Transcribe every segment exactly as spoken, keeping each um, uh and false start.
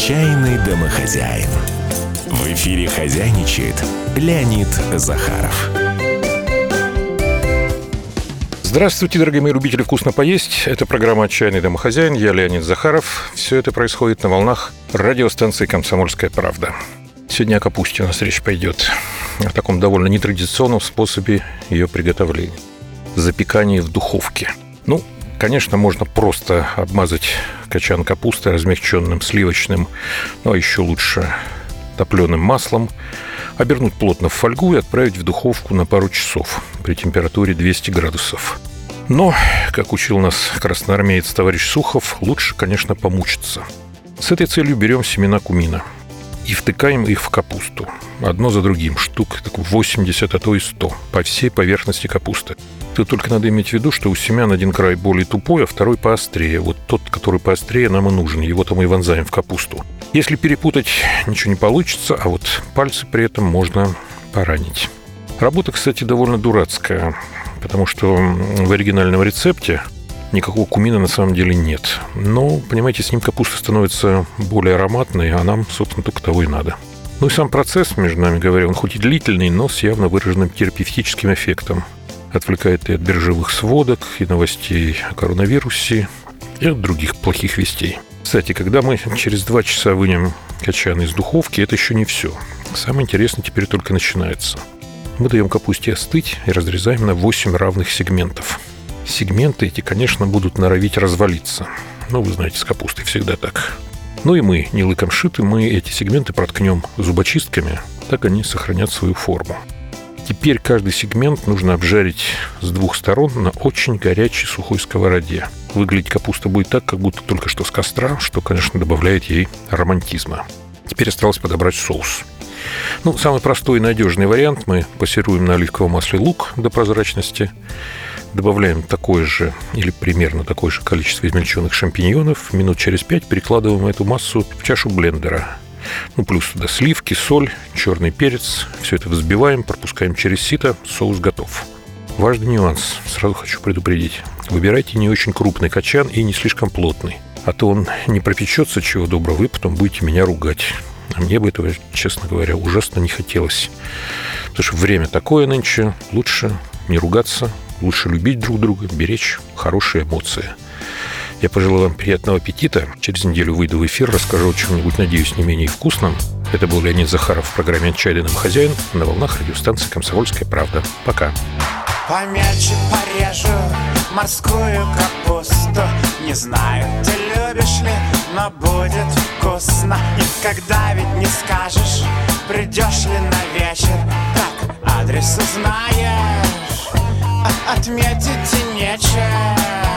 Отчаянный домохозяин. В эфире хозяйничает Леонид Захаров. Здравствуйте, дорогие мои любители вкусно поесть. Это программа «Отчаянный домохозяин». Я Леонид Захаров. Все это происходит на волнах радиостанции «Комсомольская правда». Сегодня о капусте у нас речь пойдет. О таком довольно нетрадиционном способе ее приготовления. Запекание в духовке. Ну, конечно, можно просто обмазать качан капусты размягченным сливочным, ну а еще лучше топленым маслом, обернуть плотно в фольгу и отправить в духовку на пару часов при температуре двести градусов. Но, как учил нас красноармеец товарищ Сухов, лучше, конечно, помучиться. С этой целью берем семена кумина и втыкаем их в капусту. Одно за другим, штук восемьдесят, а то и сто, по всей поверхности капусты. Тут только надо иметь в виду, что у семян один край более тупой, а второй поострее. Вот тот, который поострее, нам и нужен. Его-то мы и вонзаем в капусту. Если перепутать, ничего не получится, а вот пальцы при этом можно поранить. Работа, кстати, довольно дурацкая, потому что в оригинальном рецепте никакого кумина на самом деле нет. Но, понимаете, с ним капуста становится более ароматной, а нам, собственно, только того и надо. Ну и сам процесс, между нами говоря, он хоть и длительный, но с явно выраженным терапевтическим эффектом. Отвлекает и от биржевых сводок, и новостей о коронавирусе, и от других плохих вестей. Кстати, когда мы через два часа вынем качан из духовки, это еще не все. Самое интересное теперь только начинается. Мы даем капусте остыть и разрезаем на восемь равных сегментов. Сегменты эти, конечно, будут норовить развалиться. Ну, вы знаете, с капустой всегда так. Ну и мы, не лыком шиты, мы эти сегменты проткнем зубочистками, так они сохранят свою форму. Теперь каждый сегмент нужно обжарить с двух сторон на очень горячей сухой сковороде. Выглядеть капуста будет так, как будто только что с костра, что, конечно, добавляет ей романтизма. Теперь осталось подобрать соус. Ну, самый простой и надежный вариант. Мы пассируем на оливковом масле лук до прозрачности. Добавляем такое же или примерно такое же количество измельченных шампиньонов. Минут через пять перекладываем эту массу в чашу блендера. Ну, плюс туда сливки, соль, черный перец. Все это взбиваем, пропускаем через сито. Соус готов. Важный нюанс. Сразу хочу предупредить. Выбирайте не очень крупный качан и не слишком плотный. А то он не пропечется, чего доброго, вы потом будете меня ругать. А мне бы этого, честно говоря, ужасно не хотелось. Потому что время такое нынче. Лучше не ругаться, лучше любить друг друга, беречь хорошие эмоции. Я пожелаю вам приятного аппетита. Через неделю выйду в эфир, расскажу о чем-нибудь, надеюсь, не менее вкусном. Это был Леонид Захаров в программе «Отчаянный домохозяин» на волнах радиостанции «Комсомольская правда». Пока. Помельче порежу морскую капусту. Не знаю, ты любишь ли, но будет вкусно. Никогда ведь не скажешь, придешь ли на вечер. Так, адрес узнаешь, а отметить и нечего.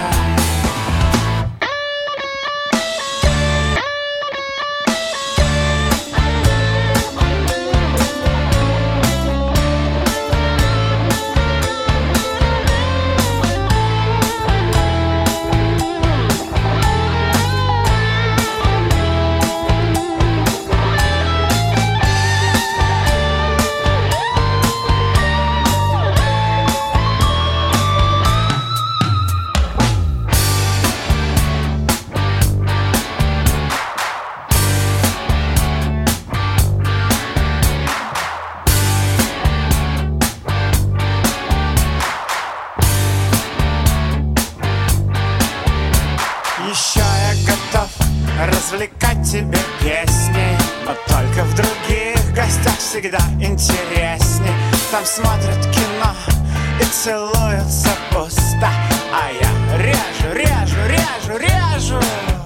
Развлекать тебе песни, но только в других гостях всегда интересней. Там смотрят кино и целуются пусто, а я режу, режу, режу, режу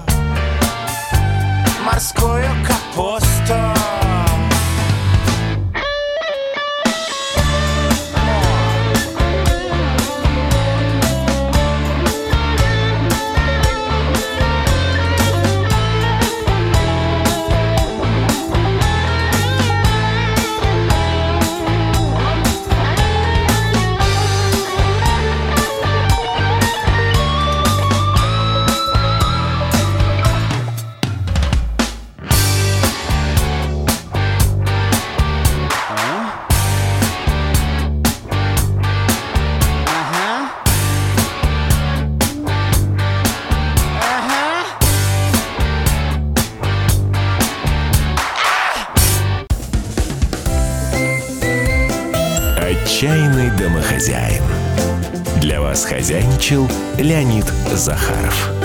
морскую капусту. Отчаянный домохозяин. Для вас хозяйничал Леонид Захаров.